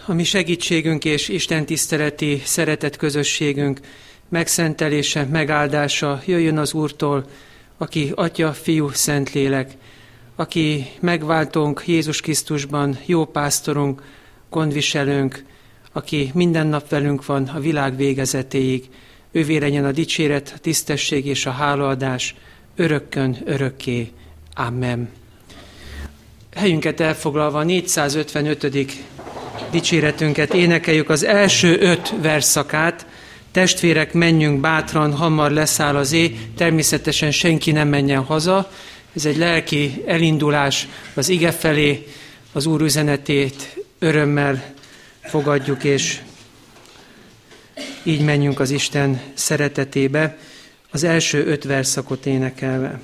a mi segítségünk és Isten tiszteleti szeretet közösségünk megszentelése, megáldása jöjjön az Úrtól, aki Atya, Fiú, Szentlélek, aki megváltónk Jézus Krisztusban, jó pásztorunk, gondviselőnk, aki minden nap velünk van a világ végezetéig. Ővé legyen a dicséret, a tisztesség és a hálaadás örökkön, örökké. Amen. Helyünket elfoglalva a 455. dicséretünket énekeljük, az első 5 versszakát. Testvérek, menjünk bátran, hamar leszáll az éj, természetesen senki nem menjen haza. Ez egy lelki elindulás az ige felé, az Úr üzenetét örömmel fogadjuk, és így menjünk az Isten szeretetébe, az első 5 versszakot énekelve.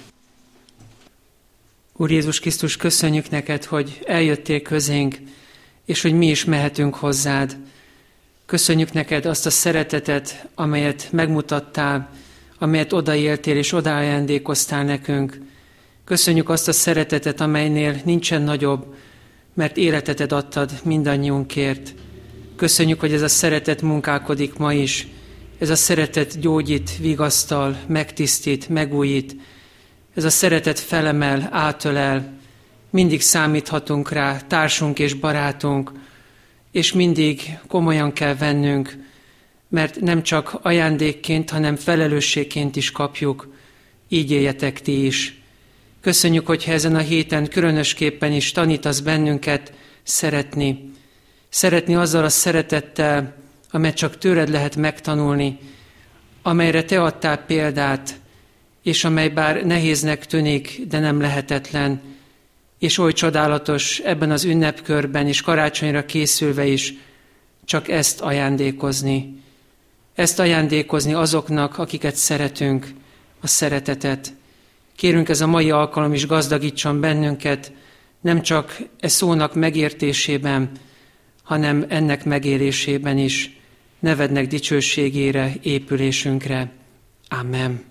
Úr Jézus Krisztus, köszönjük neked, hogy eljöttél közénk, és hogy mi is mehetünk hozzád. Köszönjük neked azt a szeretetet, amelyet megmutattál, amelyet odaéltél és odaajándékoztál nekünk. Köszönjük azt a szeretetet, amelynél nincsen nagyobb, mert életetet adtad mindannyiunkért. Köszönjük, hogy ez a szeretet munkálkodik ma is. Ez a szeretet gyógyít, vigasztal, megtisztít, megújít. Ez a szeretet felemel, átölel. Mindig számíthatunk rá, társunk és barátunk, és mindig komolyan kell vennünk, mert nem csak ajándékként, hanem felelősségként is kapjuk. Így éljetek ti is. Köszönjük, hogyha ezen a héten különösképpen is tanítasz bennünket szeretni. Szeretni azzal a szeretettel, amelyet csak tőled lehet megtanulni, amelyre te adtál példát, és amely bár nehéznek tűnik, de nem lehetetlen, és oly csodálatos ebben az ünnepkörben és karácsonyra készülve is csak ezt ajándékozni. Ezt ajándékozni azoknak, akiket szeretünk, a szeretetet. Kérünk, ez a mai alkalom is gazdagítson bennünket, nem csak e szónak megértésében, hanem ennek megérésében is, nevednek dicsőségére, épülésünkre. Amen.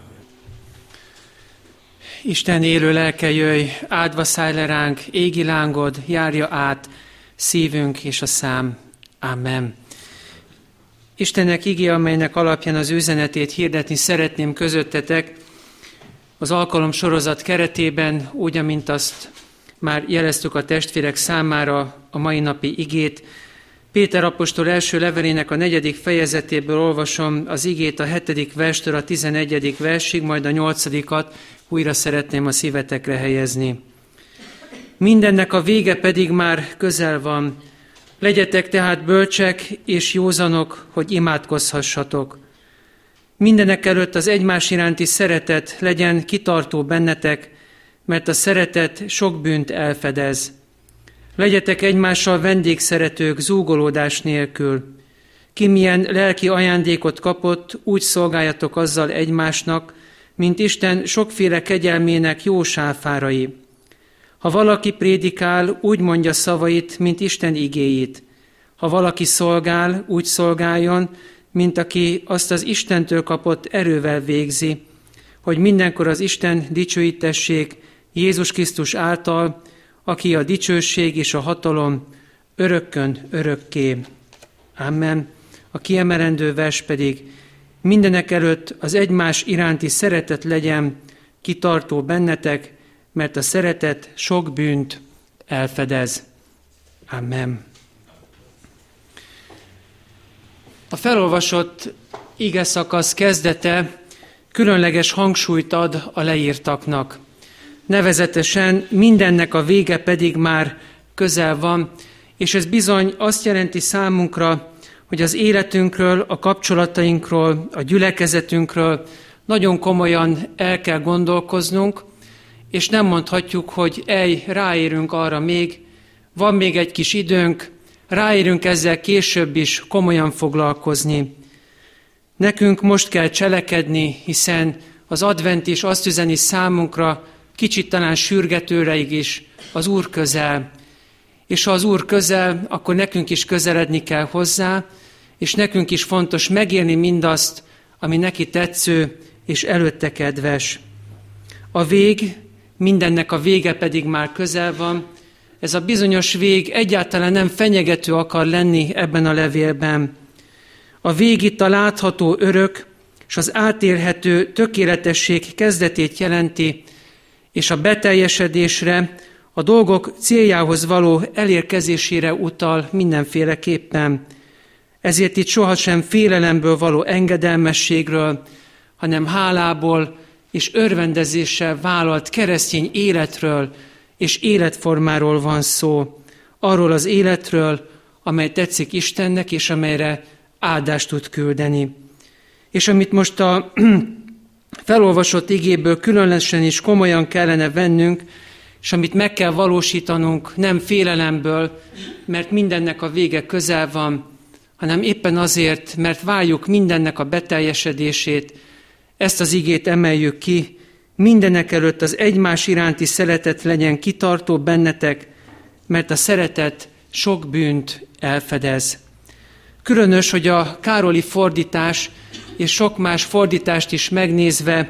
Isten élő lelke, jöjj, áldva szállj le ránk, égi lángod járja át szívünk és a szám. Amen. Istennek igéje, amelynek alapján az üzenetét hirdetni szeretném közöttetek, az alkalom sorozat keretében, úgy, amint azt már jeleztük a testvérek számára a mai napi igét. Péter apostol első levelének a 4. fejezetéből olvasom az igét a 7. verstől a 11. versig, majd a 8. újra szeretném a szívetekre helyezni. Mindennek a vége pedig már közel van. Legyetek tehát bölcsek és józanok, hogy imádkozhassatok. Mindenek előtt az egymás iránti szeretet legyen kitartó bennetek, mert a szeretet sok bűnt elfedez. Legyetek egymással vendégszeretők zúgolódás nélkül. Ki milyen lelki ajándékot kapott, úgy szolgáljatok azzal egymásnak, mint Isten sokféle kegyelmének jó sáfárai. Ha valaki prédikál, úgy mondja szavait, mint Isten igéit. Ha valaki szolgál, úgy szolgáljon, mint aki azt az Istentől kapott erővel végzi, hogy mindenkor az Isten dicsőítessék Jézus Krisztus által, aki a dicsőség és a hatalom örökkön örökké. Amen. A kiemelendő vers pedig: mindenek előtt az egymás iránti szeretet legyen kitartó bennetek, mert a szeretet sok bűnt elfedez. Amen. A felolvasott igeszakasz kezdete különleges hangsúlyt ad a leírtaknak. Nevezetesen mindennek a vége pedig már közel van, és ez bizony azt jelenti számunkra, hogy az életünkről, a kapcsolatainkról, a gyülekezetünkről nagyon komolyan el kell gondolkoznunk, és nem mondhatjuk, hogy ráérünk arra még, van még egy kis időnk, ráérünk ezzel később is komolyan foglalkozni. Nekünk most kell cselekedni, hiszen az advent is azt üzeni számunkra, kicsit talán sürgetőreig is, az Úr közel. És ha az Úr közel, akkor nekünk is közeledni kell hozzá, és nekünk is fontos megélni mindazt, ami neki tetsző és előtte kedves. A vég, mindennek a vége pedig már közel van, ez a bizonyos vég egyáltalán nem fenyegető akar lenni ebben a levélben. A vég itt a látható örök és az átélhető tökéletesség kezdetét jelenti, és a beteljesedésre, a dolgok céljához való elérkezésére utal mindenféleképpen. Ezért itt sohasem félelemből való engedelmességről, hanem hálából és örvendezéssel vállalt keresztény életről és életformáról van szó. Arról az életről, amely tetszik Istennek, és amelyre áldást tud küldeni. És amit most a felolvasott igéből különösen is komolyan kellene vennünk, és amit meg kell valósítanunk nem félelemből, mert mindennek a vége közel van, hanem éppen azért, mert várjuk mindennek a beteljesedését, ezt az igét emeljük ki, mindenekelőtt az egymás iránti szeretet legyen kitartó bennetek, mert a szeretet sok bűnt elfedez. Különös, hogy a Károli fordítás és sok más fordítást is megnézve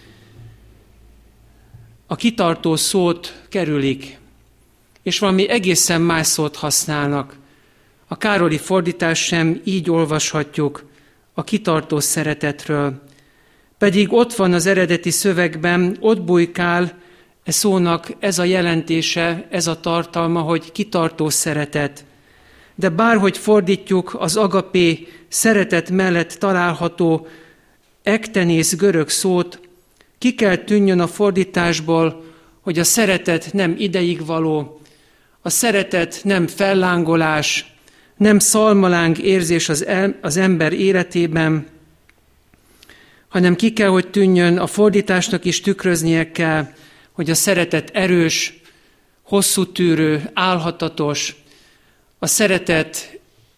a kitartó szót kerülik, és valami egészen más szót használnak. A Károli fordítás sem így olvashatjuk a kitartó szeretetről. Pedig ott van az eredeti szövegben, ott bujkál szónak ez a jelentése, ez a tartalma, hogy kitartó szeretet. De bárhogy fordítjuk, az agapé szeretet mellett található ektenész görög szót, ki kell tűnjön a fordításból, hogy a szeretet nem ideigvaló, a szeretet nem fellángolás, nem szalmaláng érzés az ember életében, hanem ki kell, hogy tűnjön, a fordításnak is tükröznie kell, hogy a szeretet erős, hosszú tűrő, álhatatos, a szeretet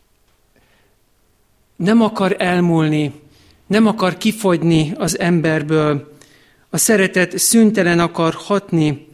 nem akar elmúlni, nem akar kifogyni az emberből, a szeretet szüntelen akar hatni,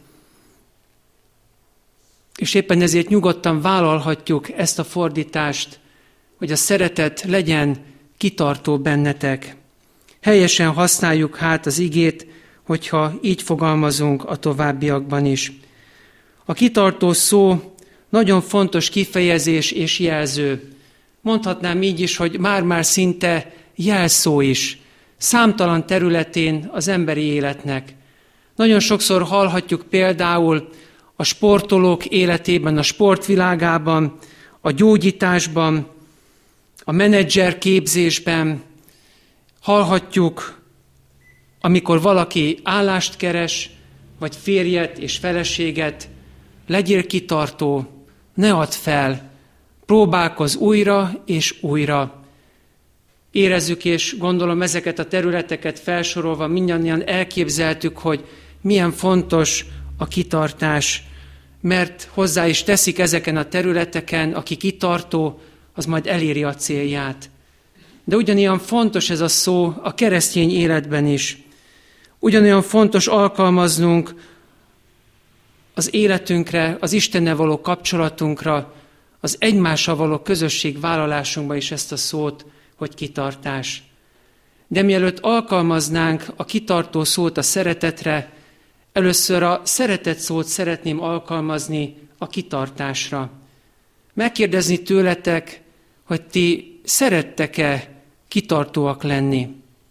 és éppen ezért nyugodtan vállalhatjuk ezt a fordítást, hogy a szeretet legyen kitartó bennetek. Helyesen használjuk hát az igét, hogyha így fogalmazunk a továbbiakban is. A kitartó szó nagyon fontos kifejezés és jelző. Mondhatnám így is, hogy már-már szinte jelszó is, számtalan területén az emberi életnek. Nagyon sokszor hallhatjuk például a sportolók életében, a sportvilágában, a gyógyításban, a menedzser képzésben, hallhatjuk, amikor valaki állást keres, vagy férjet és feleséget, legyél kitartó, ne add fel, próbálkozz újra és újra. Érezzük, és gondolom ezeket a területeket felsorolva mindannyian elképzeltük, hogy milyen fontos a kitartás, mert hozzá is teszik ezeken a területeken, aki kitartó, az majd eléri a célját. De ugyanilyen fontos ez a szó a keresztény életben is. Ugyanolyan fontos alkalmaznunk az életünkre, az Istennel való kapcsolatunkra, az egymással való közösségvállalásunkba is ezt a szót, hogy kitartás. De mielőtt alkalmaznánk a kitartó szót a szeretetre, először a szeretet szót szeretném alkalmazni a kitartásra. Megkérdezni tőletek, hogy ti szerettek-e kitartóak lenni?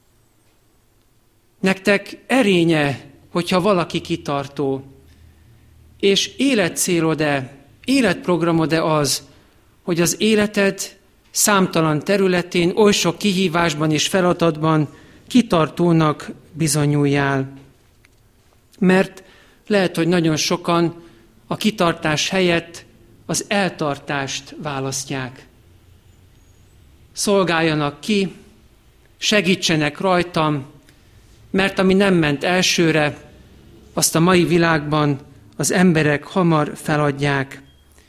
Nektek erénye, hogyha valaki kitartó, és életcélod-e, életprogramod-e az, hogy az életed számtalan területén, oly sok kihívásban és feladatban kitartónak bizonyuljál. Mert lehet, hogy nagyon sokan a kitartás helyett az eltartást választják. Szolgáljanak ki, segítsenek rajtam, mert ami nem ment elsőre, azt a mai világban az emberek hamar feladják.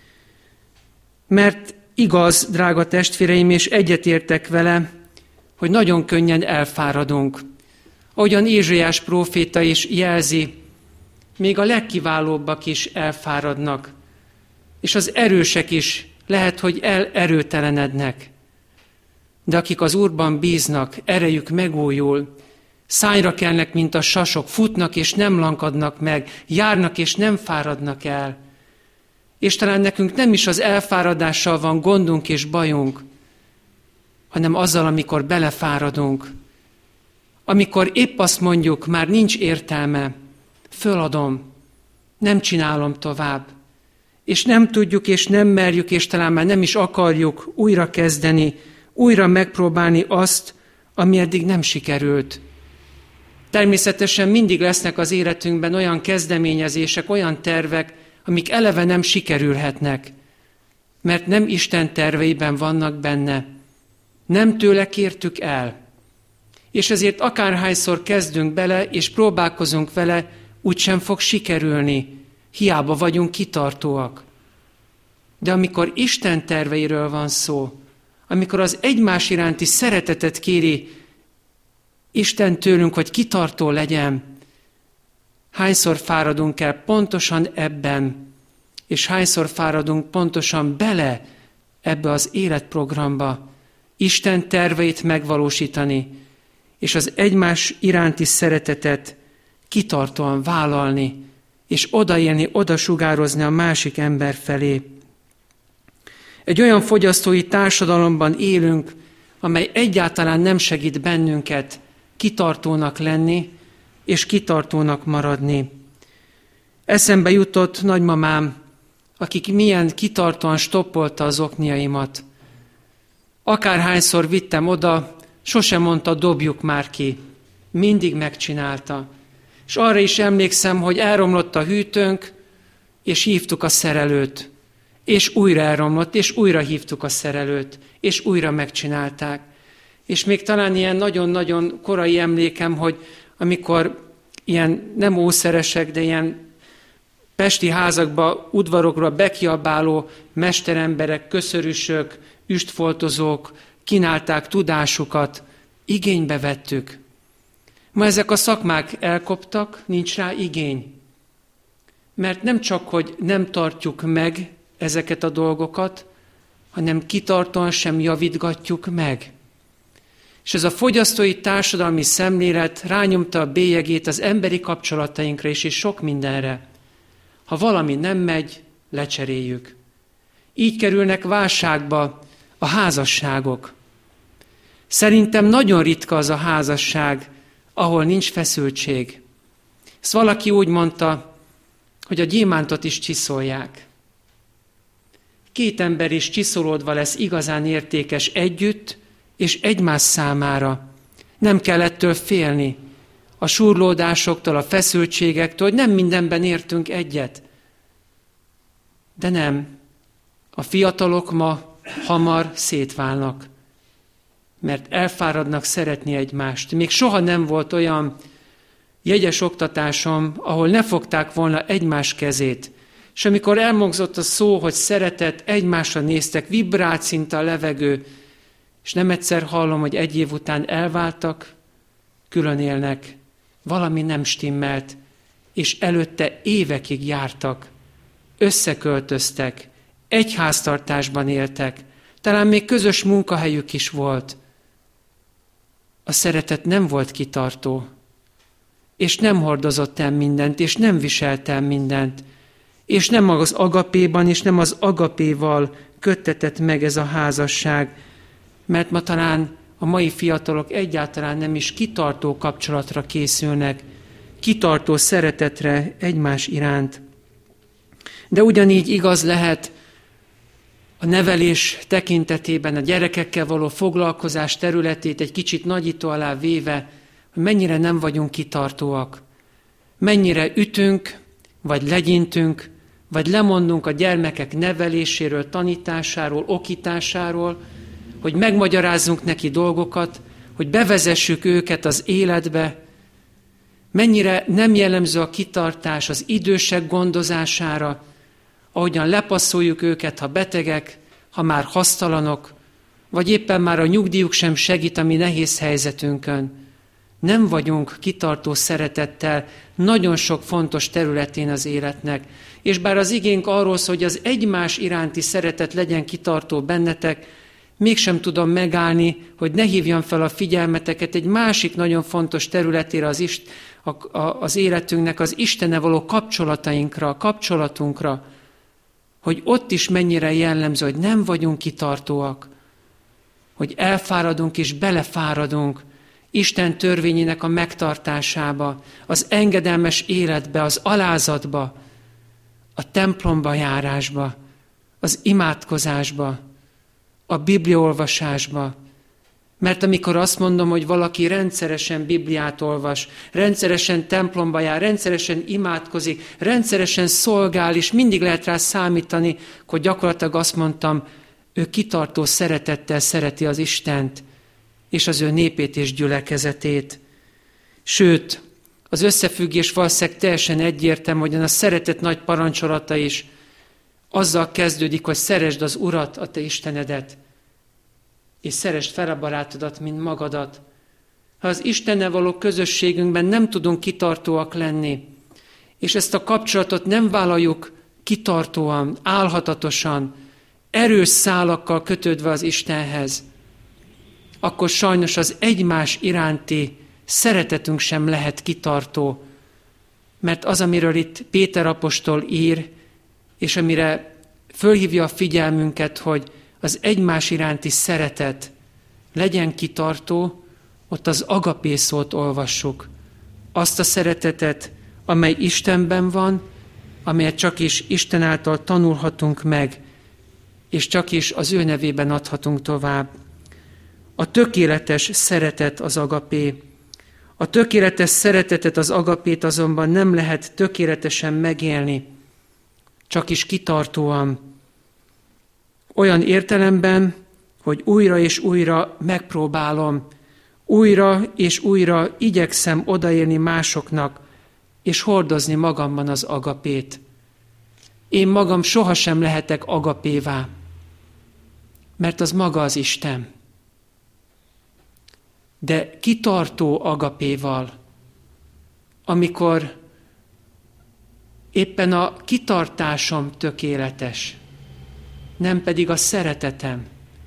Mert igaz, drága testvéreim, és egyetértek vele, hogy nagyon könnyen elfáradunk. Ahogyan Ézsaiás próféta is jelzi, még a legkiválóbbak is elfáradnak, és az erősek is lehet, hogy elerőtelenednek. De akik az Úrban bíznak, erejük megújul, szányra kelnek, mint a sasok, futnak és nem lankadnak meg, járnak és nem fáradnak el. És talán nekünk nem is az elfáradással van gondunk és bajunk, hanem azzal, amikor belefáradunk. Amikor épp azt mondjuk, már nincs értelme, föladom, nem csinálom tovább. És nem tudjuk, és nem merjük, és talán már nem is akarjuk újra kezdeni, újra megpróbálni azt, ami eddig nem sikerült. Természetesen mindig lesznek az életünkben olyan kezdeményezések, olyan tervek, amik eleve nem sikerülhetnek, mert nem Isten terveiben vannak benne. Nem tőle kértük el. És ezért akárhányszor kezdünk bele, és próbálkozunk vele, úgysem fog sikerülni. Hiába vagyunk kitartóak. De amikor Isten terveiről van szó, amikor az egymás iránti szeretetet kéri Isten tőlünk, hogy kitartó legyen, hányszor fáradunk el pontosan ebben, és hányszor fáradunk pontosan bele ebbe az életprogramba, Isten terveit megvalósítani, és az egymás iránti szeretetet kitartóan vállalni, és odaélni, odasugározni a másik ember felé. Egy olyan fogyasztói társadalomban élünk, amely egyáltalán nem segít bennünket kitartónak lenni, és kitartónak maradni. Eszembe jutott nagymamám, akik milyen kitartóan stoppolta az okniaimat. Akárhányszor vittem oda, sosem mondta, dobjuk már ki. Mindig megcsinálta. És arra is emlékszem, hogy elromlott a hűtőnk, és hívtuk a szerelőt. És újra elromlott, és újra hívtuk a szerelőt, és újra megcsinálták. És még talán ilyen nagyon-nagyon korai emlékem, hogy amikor ilyen nem ószeresek, de ilyen pesti házakba, udvarokra bekiabáló mesteremberek, köszörüsök, üstfoltozók kínálták tudásukat, igénybe vettük. Ma ezek a szakmák elkoptak, nincs rá igény. Mert nem csak, hogy nem tartjuk meg ezeket a dolgokat, hanem kitartóan sem javítgatjuk meg. És ez a fogyasztói társadalmi szemlélet rányomta a bélyegét az emberi kapcsolatainkra is, és sok mindenre. Ha valami nem megy, lecseréljük. Így kerülnek válságba a házasságok. Szerintem nagyon ritka az a házasság, ahol nincs feszültség. Ezt valaki úgy mondta, hogy a gyémántot is csiszolják. Két ember is csiszolódva lesz igazán értékes együtt, és egymás számára. Nem kell ettől félni. A súrlódásoktól, a feszültségektől, hogy nem mindenben értünk egyet. De nem. A fiatalok ma hamar szétválnak, mert elfáradnak szeretni egymást. Még soha nem volt olyan jegyes oktatásom, ahol ne fogták volna egymás kezét. És amikor elmogzott a szó, hogy szeretet, egymásra néztek, vibrált szinte a levegő, és nem egyszer hallom, hogy egy év után elváltak, külön élnek, valami nem stimmelt, és előtte évekig jártak, összeköltöztek, egy háztartásban éltek, talán még közös munkahelyük is volt. A szeretet nem volt kitartó, és nem hordozott el mindent, és nem viselt el mindent, és nem az agapéban, és nem az agapéval köttetett meg ez a házasság, mert ma talán a mai fiatalok egyáltalán nem is kitartó kapcsolatra készülnek, kitartó szeretetre egymás iránt. De ugyanígy igaz lehet a nevelés tekintetében, a gyerekekkel való foglalkozás területét egy kicsit nagyító alá véve, hogy mennyire nem vagyunk kitartóak. Mennyire ütünk, vagy legyintünk, vagy lemondunk a gyermekek neveléséről, tanításáról, okításáról, hogy megmagyarázzunk neki dolgokat, hogy bevezessük őket az életbe. Mennyire nem jellemző a kitartás az idősek gondozására, ahogyan lepasszoljuk őket, ha betegek, ha már hasztalanok, vagy éppen már a nyugdíjuk sem segít a mi nehéz helyzetünkön. Nem vagyunk kitartó szeretettel nagyon sok fontos területén az életnek. És bár az igénk arról szól, hogy az egymás iránti szeretet legyen kitartó bennetek, mégsem tudom megállni, hogy ne hívjam fel a figyelmeteket egy másik nagyon fontos területére az életünknek, az Istennel való kapcsolatunkra. hogy ott is mennyire jellemző, hogy nem vagyunk kitartóak, hogy elfáradunk és belefáradunk Isten törvényének a megtartásába, az engedelmes életbe, az alázatba, a templomba járásba, az imádkozásba, a bibliaolvasásba. Mert amikor azt mondom, hogy valaki rendszeresen Bibliát olvas, rendszeresen templomba jár, rendszeresen imádkozik, rendszeresen szolgál, és mindig lehet rá számítani, hogy gyakorlatilag azt mondtam, ő kitartó szeretettel szereti az Istent, és az ő népét és gyülekezetét. Sőt, az összefüggés valószínűleg teljesen egyértelmű, hogy a szeretet nagy parancsolata is azzal kezdődik, hogy szeresd az Urat, a te Istenedet, és szeresd fel a barátodat, mint magadat. Ha az Istennel való közösségünkben nem tudunk kitartóak lenni, és ezt a kapcsolatot nem vállaljuk kitartóan, álhatatosan, erős szálakkal kötődve az Istenhez, akkor sajnos az egymás iránti szeretetünk sem lehet kitartó, mert az, amiről itt Péter apostol ír, és amire fölhívja a figyelmünket, hogy az egymás iránti szeretet legyen kitartó, ott az agapé szót olvassuk. Azt a szeretetet, amely Istenben van, amelyet csak is Isten által tanulhatunk meg, és csak is az ő nevében adhatunk tovább. A tökéletes szeretet az agapé. A tökéletes szeretetet, az agapét azonban nem lehet tökéletesen megélni, csak is kitartóan. Olyan értelemben, hogy újra és újra megpróbálom, újra és újra igyekszem odaérni másoknak, és hordozni magamban az agapét. Én magam sohasem lehetek agapévá, mert az maga az Isten. De kitartó agapéval, amikor éppen a kitartásom tökéletes, nem pedig a szeretetem,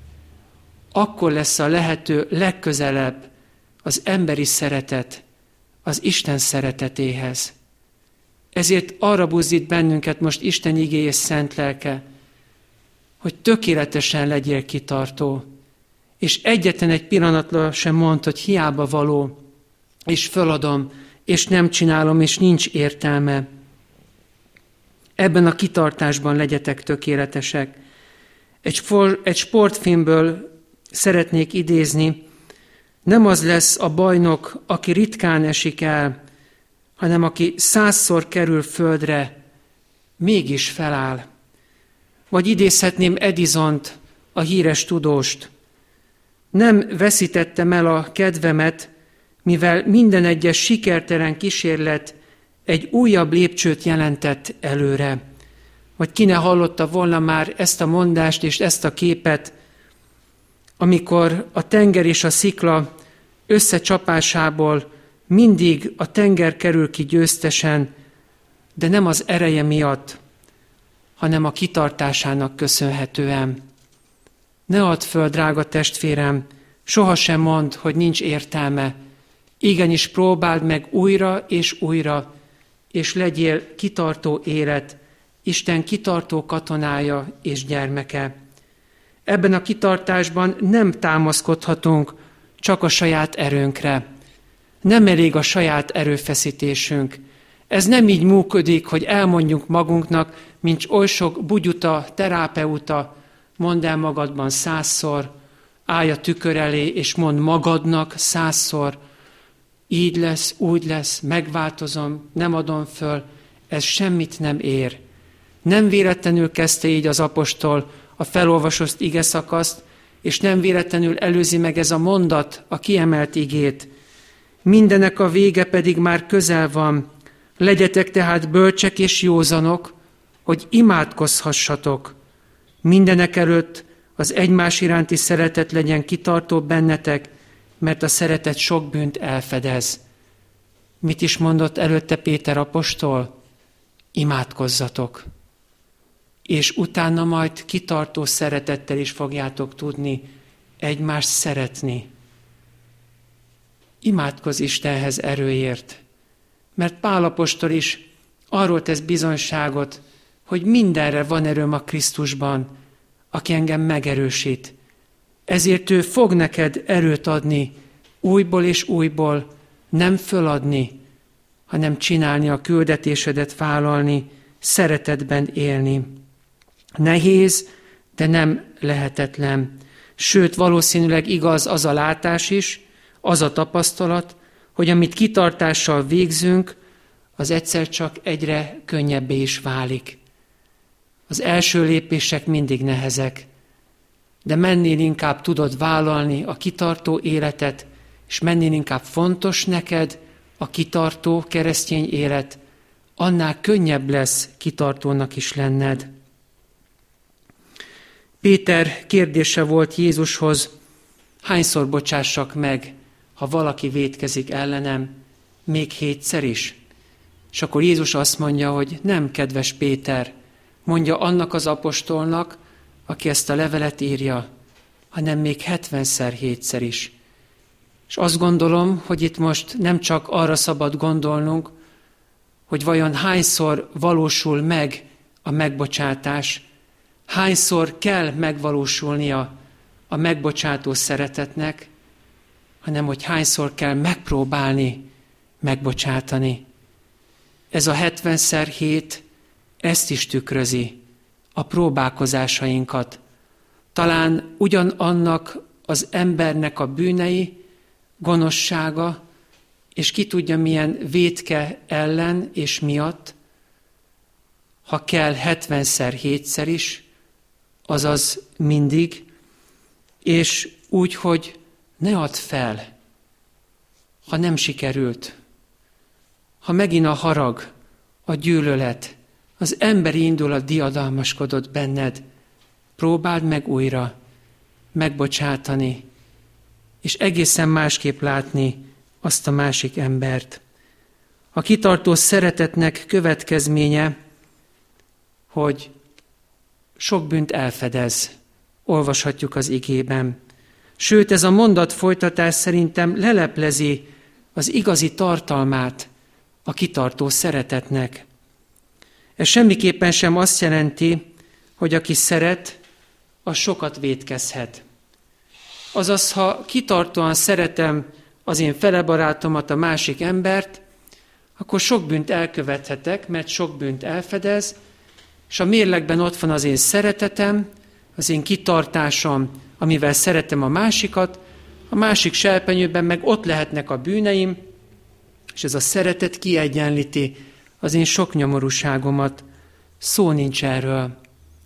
akkor lesz a lehető legközelebb az emberi szeretet az Isten szeretetéhez. Ezért arra buzdít bennünket most Isten igéje és szent lelke, hogy tökéletesen legyél kitartó, és egyetlen egy pillanatra sem mondd, hogy hiába való, és föladom, és nem csinálom, és nincs értelme. Ebben a kitartásban legyetek tökéletesek. Egy sportfilmből szeretnék idézni, nem az lesz a bajnok, aki ritkán esik el, hanem aki 100-szor kerül földre, mégis feláll. Vagy idézhetném Edisont, a híres tudóst. Nem veszítettem el a kedvemet, mivel minden egyes sikertelen kísérlet egy újabb lépcsőt jelentett előre. Vagy ki ne hallotta volna már ezt a mondást és ezt a képet, amikor a tenger és a szikla összecsapásából mindig a tenger kerül ki győztesen, de nem az ereje miatt, hanem a kitartásának köszönhetően. Ne add föl, drága testvérem, sohasem mondd, hogy nincs értelme. Igenis próbáld meg újra és újra, és legyél kitartó élet, Isten kitartó katonája és gyermeke. Ebben a kitartásban nem támaszkodhatunk csak a saját erőnkre. Nem elég a saját erőfeszítésünk. Ez nem így működik, hogy elmondjuk magunknak, mint oly sok bugyuta, terápeuta, mondd el magadban 100-szor, állj a tükör elé, és mondd magadnak 100-szor, így lesz, úgy lesz, megváltozom, nem adom föl, ez semmit nem ér. Nem véletlenül kezdte így az apostol a felolvasott igeszakaszt, és nem véletlenül előzi meg ez a mondat a kiemelt igét. Mindenek a vége pedig már közel van, legyetek tehát bölcsek és józanok, hogy imádkozhassatok. Mindenek előtt az egymás iránti szeretet legyen kitartó bennetek, mert a szeretet sok bűnt elfedez. Mit is mondott előtte Péter apostol? Imádkozzatok. És utána majd kitartó szeretettel is fogjátok tudni egymást szeretni. Imádkozz Istenhez erőért, mert Pál apostol is arról tesz bizonyságot, hogy mindenre van erőm a Krisztusban, aki engem megerősít. Ezért ő fog neked erőt adni, újból és újból, nem föladni, hanem csinálni a küldetésedet, vállalni, szeretetben élni. Nehéz, de nem lehetetlen. Sőt, valószínűleg igaz az a látás is, az a tapasztalat, hogy amit kitartással végzünk, az egyszer csak egyre könnyebbé is válik. Az első lépések mindig nehezek, de mennél inkább tudod vállalni a kitartó életet, és mennél inkább fontos neked a kitartó keresztény élet, annál könnyebb lesz kitartónak is lenned. Péter kérdése volt Jézushoz, hányszor bocsássak meg, ha valaki vétkezik ellenem, még 7-szer is? És akkor Jézus azt mondja, hogy nem, kedves Péter, mondja annak az apostolnak, aki ezt a levelet írja, hanem még 70-szer, 7-szer is. És azt gondolom, hogy itt most nem csak arra szabad gondolnunk, hogy vajon hányszor valósul meg a megbocsátás, hányszor kell megvalósulnia a megbocsátó szeretetnek, hanem hogy hányszor kell megpróbálni megbocsátani. Ez a 70x7 ezt is tükrözi, a próbálkozásainkat. Talán ugyanannak az embernek a bűnei, gonoszsága, és ki tudja milyen vétke ellen és miatt, ha kell 70x7 is, azaz mindig, és úgy, hogy ne add fel, ha nem sikerült, ha megint a harag, a gyűlölet, az emberi indulat diadalmaskodott benned, próbáld meg újra megbocsátani, és egészen másképp látni azt a másik embert. A kitartó szeretetnek következménye, hogy sok bűnt elfedez, olvashatjuk az igében. Sőt, ez a mondat folytatás szerintem leleplezi az igazi tartalmát a kitartó szeretetnek. Ez semmiképpen sem azt jelenti, hogy aki szeret, az sokat vétkezhet. Azaz, ha kitartóan szeretem az én felebarátomat, a másik embert, akkor sok bűnt elkövethetek, mert sok bűnt elfedez, és a mérlegben ott van az én szeretetem, az én kitartásom, amivel szeretem a másikat, a másik serpenyőben meg ott lehetnek a bűneim, és ez a szeretet kiegyenlíti az én sok nyomorúságomat. Szó nincs erről.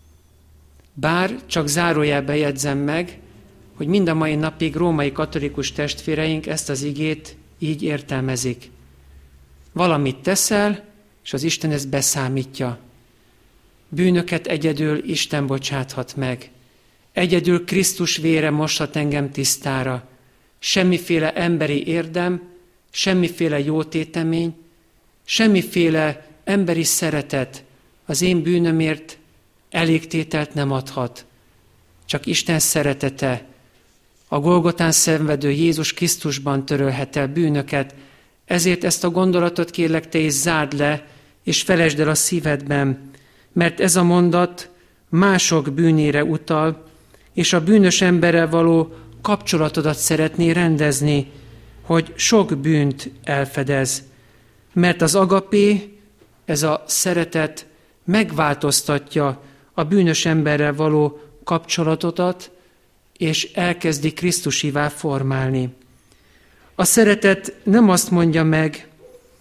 Bár csak zárójelben jegyzem meg, hogy mind a mai napig római katolikus testvéreink ezt az igét így értelmezik. Valamit teszel, és az Isten ezt beszámítja. Bűnöket egyedül Isten bocsáthat meg. Egyedül Krisztus vére moshat engem tisztára. Semmiféle emberi érdem, semmiféle jótétemény, semmiféle emberi szeretet az én bűnömért elégtételt nem adhat. Csak Isten szeretete, a Golgotán szenvedő Jézus Krisztusban törölhet el bűnöket, ezért ezt a gondolatot kérlek te is zárd le, és felejtsd el a szívedben, mert ez a mondat mások bűnére utal, és a bűnös emberrel való kapcsolatodat szeretné rendezni, hogy sok bűnt elfedez. Mert az agapé, ez a szeretet megváltoztatja a bűnös emberrel való kapcsolatodat, és elkezdi Krisztusivá formálni. A szeretet nem azt mondja meg,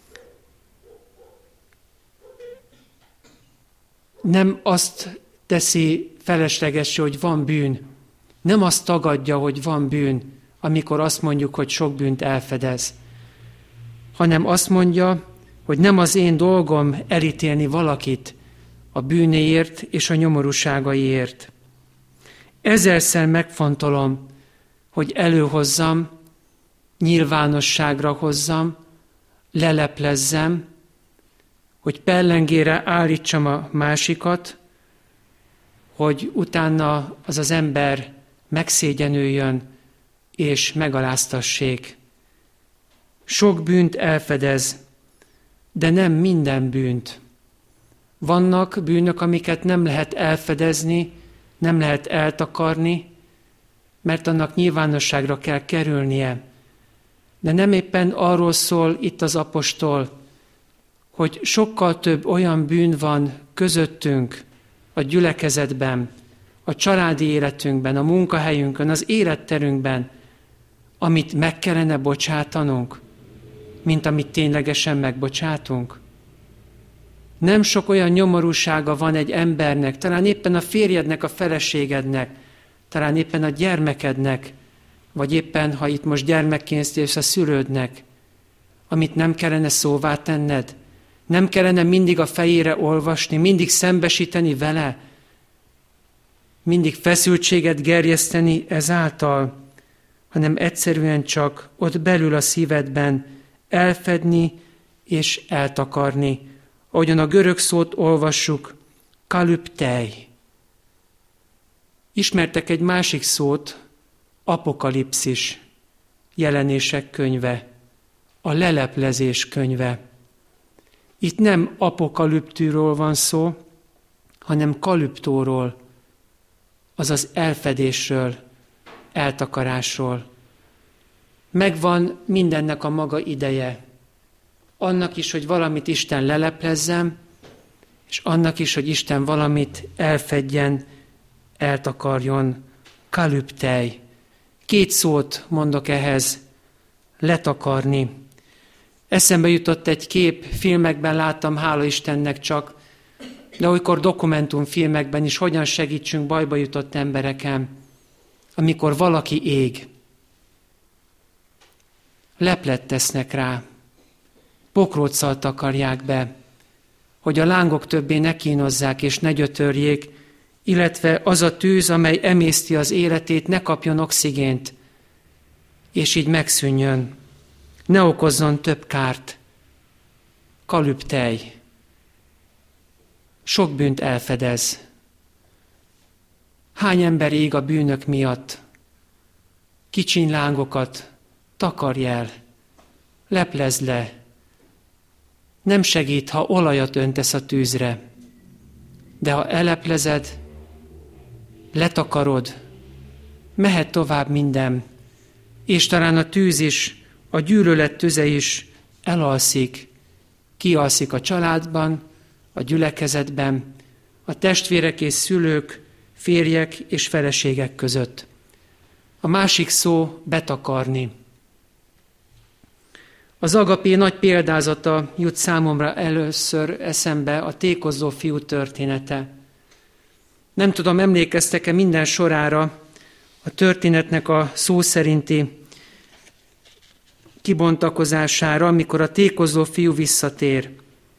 nem azt teszi feleslegessé, hogy van bűn. Nem azt tagadja, hogy van bűn, amikor azt mondjuk, hogy sok bűnt elfedez. Hanem azt mondja, hogy nem az én dolgom elítélni valakit a bűnéért és a nyomorúságaiért. Ezerszer megfontolom, hogy előhozzam, nyilvánosságra hozzam, leleplezzem, hogy pellengére állítsam a másikat, hogy utána az az ember megszégyenüljön és megaláztassék. Sok bűnt elfedez, de nem minden bűnt. Vannak bűnök, amiket nem lehet elfedezni, nem lehet eltakarni, mert annak nyilvánosságra kell kerülnie. De nem éppen arról szól itt az apostol, hogy sokkal több olyan bűn van közöttünk, a gyülekezetben, a családi életünkben, a munkahelyünkön, az életterünkben, amit meg kellene bocsátanunk, mint amit ténylegesen megbocsátunk. Nem sok olyan nyomorúsága van egy embernek, talán éppen a férjednek, a feleségednek, talán éppen a gyermekednek, vagy éppen, ha itt most gyermekként élsz, a szülődnek, amit nem kellene szóvá tenned, nem kellene mindig a fejére olvasni, mindig szembesíteni vele, mindig feszültséget gerjeszteni ezáltal, hanem egyszerűen csak ott belül a szívedben elfedni és eltakarni. Ahogyan a görög szót olvassuk, kalyptei. Ismertek egy másik szót, apokalipszis, jelenések könyve, a leleplezés könyve. Itt nem apokaliptűről van szó, hanem kalyptóról, azaz elfedésről, eltakarásról. Megvan mindennek a maga ideje. Annak is, hogy valamit Isten leleplezzem, és annak is, hogy Isten valamit elfedjen, eltakarjon. Kalyptei. 2 szót mondok ehhez, letakarni. Eszembe jutott egy kép, filmekben láttam, hála Istennek csak, de olykor dokumentumfilmekben is hogyan segítsünk bajba jutott embereken, amikor valaki ég. Leplet tesznek rá, pokróccal takarják be, hogy a lángok többé ne kínozzák és ne gyötörjék, illetve az a tűz, amely emészti az életét, ne kapjon oxigént, és így megszűnjön, ne okozzon több kárt. Kalyptei. Sok bűnt elfedez. Hány ember ég a bűnök miatt? Kicsiny lángokat takarj el, leplezd le. Nem segít, ha olajat öntesz a tűzre, de ha elleplezed, letakarod, mehet tovább minden, és talán a tűz is, a gyűlölet tüze is elalszik, kialszik a családban, a gyülekezetben, a testvérek és szülők, férjek és feleségek között. A másik szó betakarni. Az agapé nagy példázata jut számomra először eszembe, a tékozó fiú története. Nem tudom, emlékeztek-e minden sorára a történetnek a szó szerinti kibontakozására, amikor a tékozó fiú visszatér.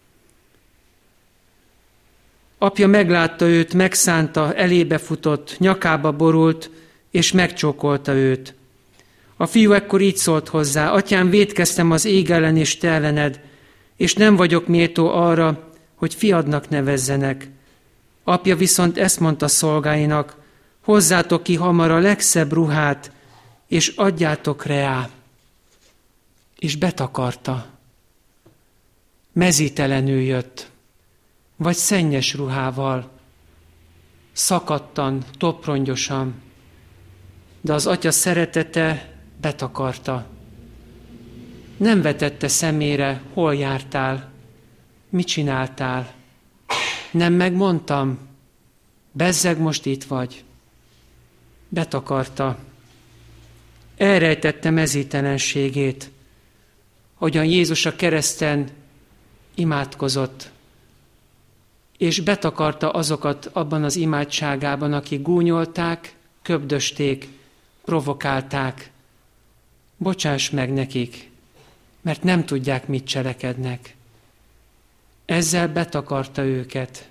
Apja meglátta őt, megszánta, elébe futott, nyakába borult, és megcsókolta őt. A fiú ekkor így szólt hozzá: Atyám, vétkeztem az ég ellen és te ellened, és nem vagyok méltó arra, hogy fiadnak nevezzenek. Apja viszont ezt mondta szolgáinak: hozzátok ki hamar a legszebb ruhát, és adjátok reá. És betakarta. Mezítelenül jött, vagy szennyes ruhával, szakadtan, toprongyosan, de az atya szeretete betakarta. Nem vetette szemére, hol jártál, mit csináltál. Nem megmondtam, bezzeg most itt vagy. Betakarta. Elrejtette mezítelenségét, ahogyan Jézus a kereszten imádkozott, és betakarta azokat abban az imádságában, akik gúnyolták, köbdösték, provokálták. Bocsáss meg nekik, mert nem tudják, mit cselekednek. Ezzel betakarta őket.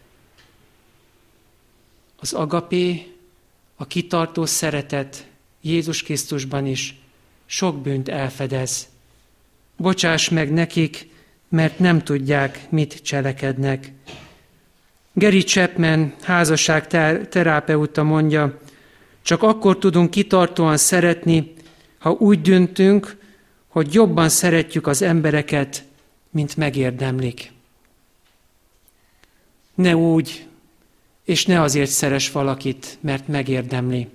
Az agapé, a kitartó szeretet Jézus Krisztusban is sok bűnt elfedez. Bocsáss meg nekik, mert nem tudják, mit cselekednek. Gary Chapman, házasságterapeuta mondja, csak akkor tudunk kitartóan szeretni, ha úgy döntünk, hogy jobban szeretjük az embereket, mint megérdemlik. Ne úgy, és ne azért szeress valakit, mert megérdemli,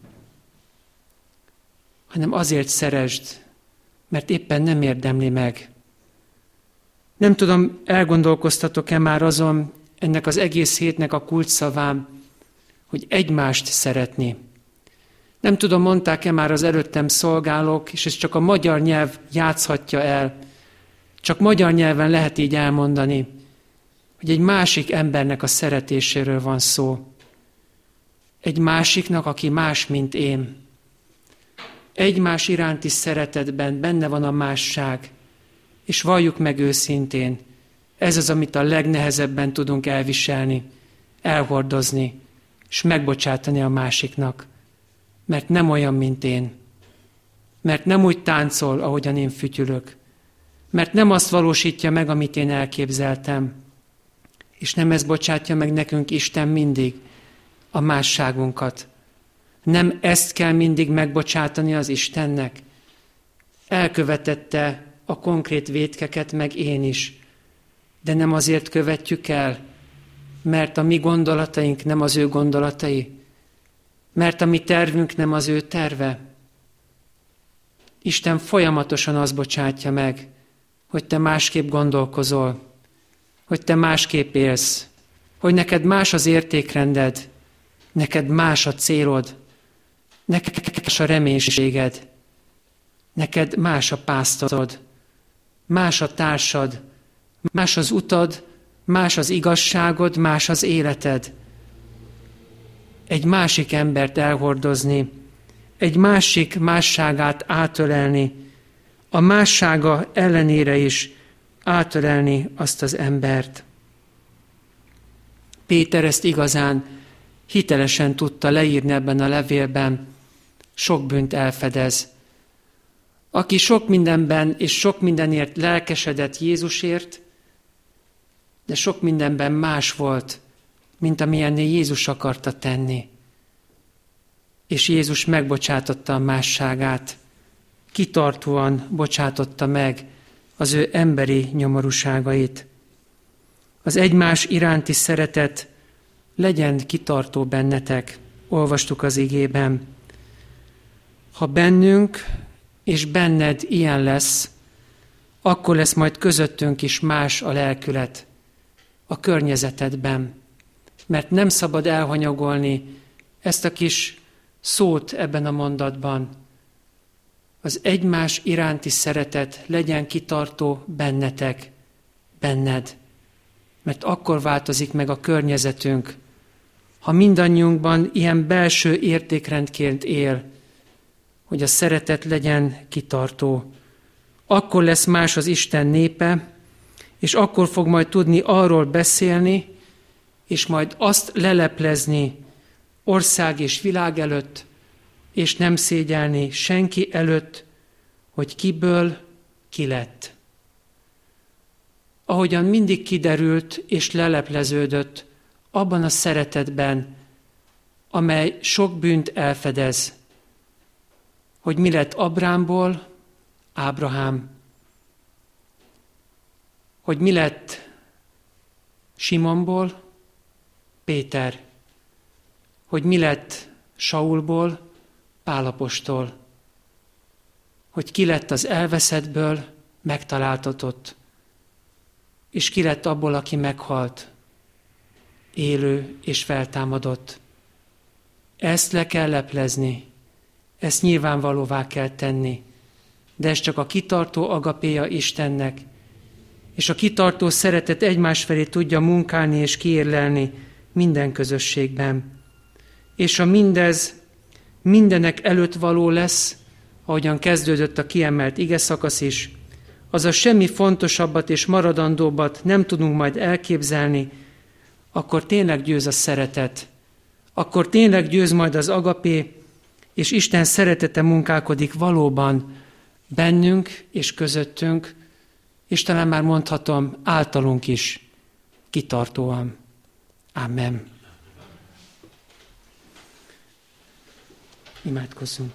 hanem azért szeresd, mert éppen nem érdemli meg. Nem tudom, elgondolkoztatok-e már azon, ennek az egész hétnek a kulcsszaván, hogy egymást szeretni. Nem tudom, mondták-e már az előttem szolgálók, és ez csak a magyar nyelv játszhatja el. Csak magyar nyelven lehet így elmondani, hogy egy másik embernek a szeretéséről van szó. Egy másiknak, aki más, mint én. Egymás iránti szeretetben benne van a másság, és valljuk meg őszintén, ez az, amit a legnehezebben tudunk elviselni, elhordozni, és megbocsátani a másiknak, mert nem olyan, mint én, mert nem úgy táncol, ahogyan én fütyülök, mert nem azt valósítja meg, amit én elképzeltem, és nem ez bocsátja meg nekünk Isten mindig, a másságunkat. Nem ezt kell mindig megbocsátani az Istennek. Elkövetette a konkrét vétkeket, meg én is. De nem azért követjük el, mert a mi gondolataink nem az ő gondolatai, mert a mi tervünk nem az ő terve. Isten folyamatosan azt bocsátja meg, hogy te másképp gondolkozol, hogy te másképp élsz, hogy neked más az értékrended, neked más a célod, neked más a reménységed, neked más a pásztorod, más a társad, más az utad, más az igazságod, más az életed. Egy másik embert elhordozni, egy másik másságát átölelni, a mássága ellenére is átölelni azt az embert. Péter ezt igazán hitelesen tudta leírni ebben a levélben, sok bűnt elfedez. Aki sok mindenben és sok mindenért lelkesedett Jézusért, de sok mindenben más volt, mint amilyennél Jézus akarta tenni. És Jézus megbocsátotta a másságát, kitartóan bocsátotta meg az ő emberi nyomorúságait. Az egymás iránti szeretet legyen kitartó bennetek, olvastuk az igében. Ha bennünk és benned ilyen lesz, akkor lesz majd közöttünk is más a lelkület a környezetedben. Mert nem szabad elhanyagolni ezt a kis szót ebben a mondatban. Az egymás iránti szeretet legyen kitartó bennetek, benned. Mert akkor változik meg a környezetünk, ha mindannyiunkban ilyen belső értékrendként él, hogy a szeretet legyen kitartó. Akkor lesz más az Isten népe, és akkor fog majd tudni arról beszélni, és majd azt leleplezni ország és világ előtt, és nem szégyelni senki előtt, hogy kiből ki lett. Ahogyan mindig kiderült és lelepleződött abban a szeretetben, amely sok bűnt elfedez, hogy mi lett Abrámból, Ábrahám, hogy mi lett Simonból, Péter, hogy mi lett Saulból, Pál apostol, hogy ki lett az elveszettből, megtaláltatott, és ki lett abból, aki meghalt, élő és feltámadott. Ezt le kell leplezni, ezt nyilvánvalóvá kell tenni, de ez csak a kitartó agapéja Istennek, és a kitartó szeretet egymás felé tudja munkálni és kiérlelni minden közösségben. És ha mindez mindenek előtt való lesz, ahogyan kezdődött a kiemelt igeszakasz is, azaz semmi fontosabbat és maradandóbbat nem tudunk majd elképzelni, akkor tényleg győz a szeretet, akkor tényleg győz majd az agapé, és Isten szeretete munkálkodik valóban bennünk és közöttünk, és talán már mondhatom, általunk is kitartóan. Amen. Imádkozzunk.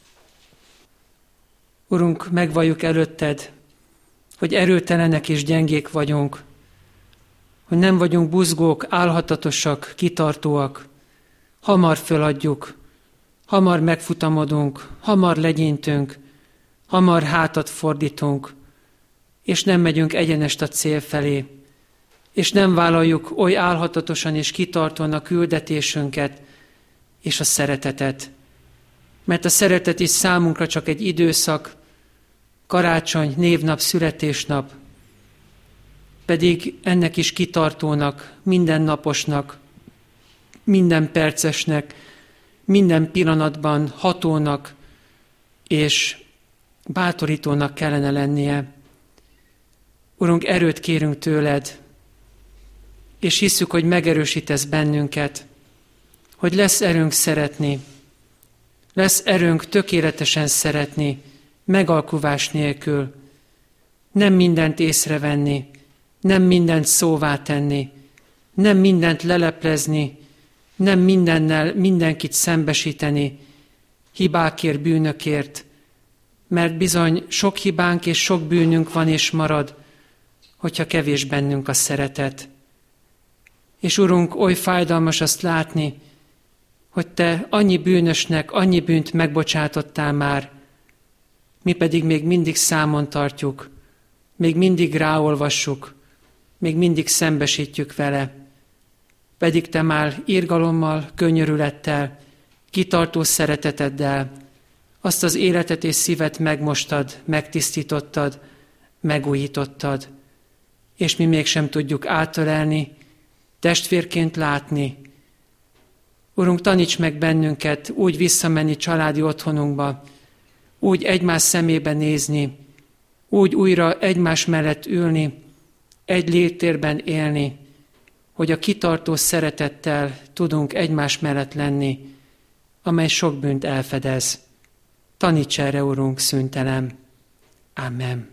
Urunk, megvalljuk előtted, hogy erőtelenek és gyengék vagyunk, hogy nem vagyunk buzgók, álhatatosak, kitartóak. Hamar föladjuk, hamar megfutamodunk, hamar legyintünk, hamar hátat fordítunk, és nem megyünk egyenest a cél felé, és nem vállaljuk oly álhatatosan és kitartóan a küldetésünket és a szeretetet. Mert a szeretet is számunkra csak egy időszak, karácsony, névnap, születésnap, pedig ennek is kitartónak, mindennaposnak, minden percesnek, minden pillanatban hatónak és bátorítónak kellene lennie. Urunk, erőt kérünk tőled, és hisszük, hogy megerősítesz bennünket, hogy lesz erőnk szeretni, lesz erőnk tökéletesen szeretni, megalkuvás nélkül, nem mindent észrevenni, nem mindent szóvá tenni, nem mindent leleplezni, nem mindennel mindenkit szembesíteni, hibákért, bűnökért, mert bizony sok hibánk és sok bűnünk van és marad, hogyha kevés bennünk a szeretet. És Urunk, oly fájdalmas azt látni, hogy Te annyi bűnösnek, annyi bűnt megbocsátottál már, mi pedig még mindig számon tartjuk, még mindig ráolvassuk, még mindig szembesítjük vele. Pedig Te már irgalommal, könyörülettel, kitartó szereteteddel azt az életet és szívet megmostad, megtisztítottad, megújítottad, és mi mégsem tudjuk átölelni, testvérként látni. Urunk, taníts meg bennünket úgy visszamenni családi otthonunkba, úgy egymás szemébe nézni, úgy újra egymás mellett ülni, egy légtérben élni, hogy a kitartó szeretettel tudunk egymás mellett lenni, amely sok bűnt elfedez. Taníts erre, Urunk, szüntelem. Amen.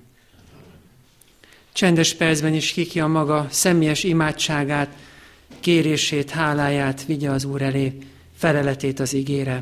Csendes percben is ki a maga személyes imádságát, kérését, háláját vigye az Úr elé, feleletét az igére.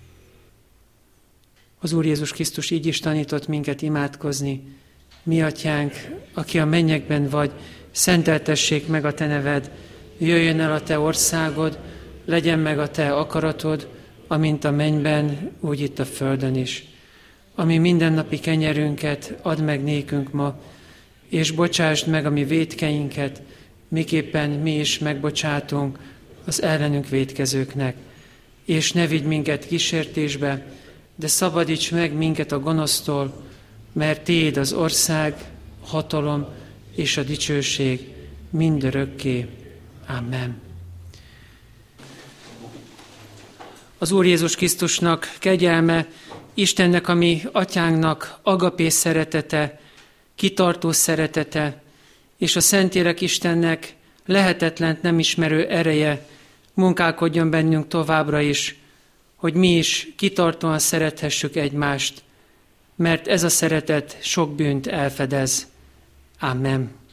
Az Úr Jézus Krisztus így is tanított minket imádkozni. Mi Atyánk, aki a mennyekben vagy, szenteltessék meg a Te neved, jöjjön el a Te országod, legyen meg a Te akaratod, amint a mennyben, úgy itt a földön is. Ami mindennapi kenyerünket add meg nékünk ma, és bocsásd meg a mi vétkeinket, miképpen mi is megbocsátunk az ellenünk vétkezőknek. És ne vigy minket kísértésbe, de szabadíts meg minket a gonosztól, mert Tiéd az ország, hatalom és a dicsőség mindörökké. Amen. Az Úr Jézus Krisztusnak kegyelme, Istennek, a mi Atyánknak agapé szeretete, kitartó szeretete, és a Szentlélek Istennek lehetetlent nem ismerő ereje munkálkodjon bennünk továbbra is, hogy mi is kitartóan szerethessük egymást, mert ez a szeretet sok bűnt elfedez. Amen.